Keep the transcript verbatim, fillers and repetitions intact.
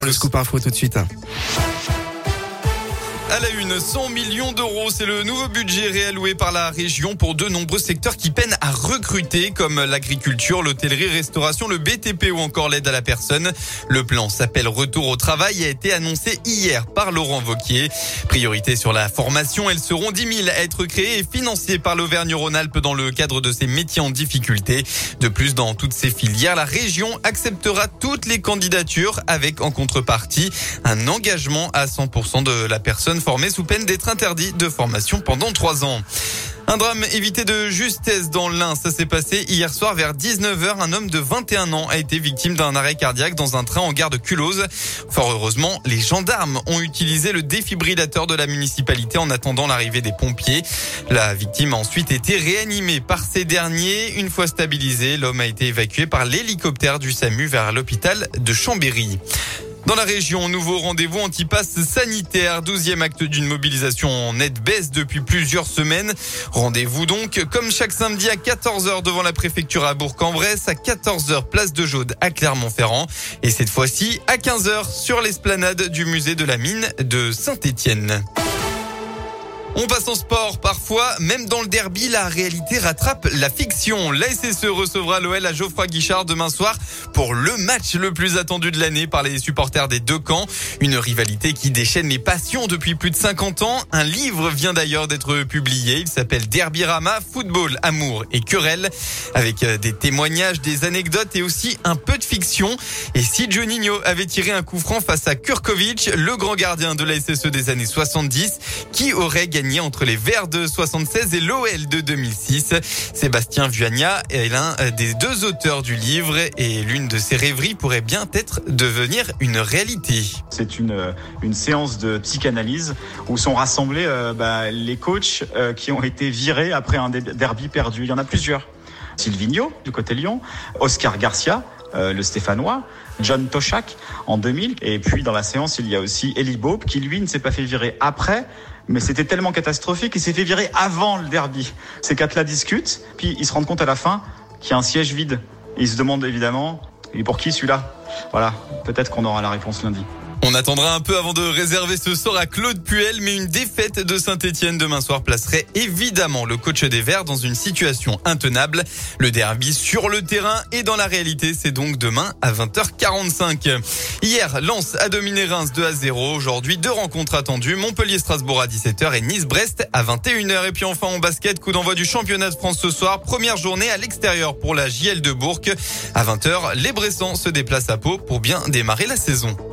Le scoop info tout de suite. À la une, cent millions d'euros, c'est le nouveau budget réalloué par la région pour de nombreux secteurs qui peinent à recruter, comme l'agriculture, l'hôtellerie, restauration, le B T P ou encore l'aide à la personne. Le plan s'appelle Retour au travail et a été annoncé hier par Laurent Wauquiez. Priorité sur la formation, elles seront dix mille à être créées et financées par l'Auvergne-Rhône-Alpes dans le cadre de ses métiers en difficulté. De plus, dans toutes ces filières, la région acceptera toutes les candidatures avec en contrepartie un engagement à cent pour cent de la personne formée sous peine d'être interdit de formation pendant trois ans. Un drame évité de justesse dans l'Ain. Ça s'est passé hier soir vers dix-neuf heures. Un homme de vingt et un ans a été victime d'un arrêt cardiaque dans un train en gare de Culose. Fort heureusement, les gendarmes ont utilisé le défibrillateur de la municipalité en attendant l'arrivée des pompiers. La victime a ensuite été réanimée par ces derniers. Une fois stabilisé, l'homme a été évacué par l'hélicoptère du SAMU vers l'hôpital de Chambéry. Dans la région, nouveau rendez-vous anti-pass sanitaire, douzième acte d'une mobilisation en nette baisse depuis plusieurs semaines. Rendez-vous donc, comme chaque samedi à quatorze heures devant la préfecture à Bourg-en-Bresse, à quatorze heures place de Jaude à Clermont-Ferrand et cette fois-ci à quinze heures sur l'esplanade du musée de la mine de Saint-Étienne. On passe en sport. Parfois, même dans le derby, la réalité rattrape la fiction. L'A S S E recevra l'O L à Geoffroy Guichard demain soir pour le match le plus attendu de l'année par les supporters des deux camps. Une rivalité qui déchaîne les passions depuis plus de cinquante ans. Un livre vient d'ailleurs d'être publié. Il s'appelle Derbyrama, football, amour et querelle, avec des témoignages, des anecdotes et aussi un peu de fiction. Et si Juninho avait tiré un coup franc face à Kurkovic, le grand gardien de l'A S S E des années soixante-dix, qui aurait gagné entre les Verts de soixante-seize et l'O L de deux mille six. Sébastien Vuagna est l'un des deux auteurs du livre et l'une de ses rêveries pourrait bien être devenir une réalité. C'est une, une séance de psychanalyse où sont rassemblés euh, bah, les coachs euh, qui ont été virés après un derby perdu. Il y en a plusieurs. Silvino du côté Lyon, Oscar Garcia, euh, le Stéphanois, John Toshak en deux mille. Et puis dans la séance, il y a aussi Eli Bope qui lui ne s'est pas fait virer après, mais c'était tellement catastrophique qu'il s'est fait virer avant le derby. Ces quatre-là discutent, puis ils se rendent compte à la fin qu'il y a un siège vide. Et ils se demandent évidemment, et pour qui celui-là ? Voilà, peut-être qu'on aura la réponse lundi. On attendra un peu avant de réserver ce sort à Claude Puel, mais une défaite de Saint-Étienne demain soir placerait évidemment le coach des Verts dans une situation intenable. Le derby sur le terrain et dans la réalité, c'est donc demain à vingt heures quarante-cinq. Hier, Lens a dominé Reims deux à zéro. Aujourd'hui, deux rencontres attendues. Montpellier-Strasbourg à dix-sept heures et Nice-Brest à vingt et une heures. Et puis enfin en basket, coup d'envoi du championnat de France ce soir. Première journée à l'extérieur pour la J L de Bourg. À vingt heures, les Bressans se déplacent à Pau pour bien démarrer la saison.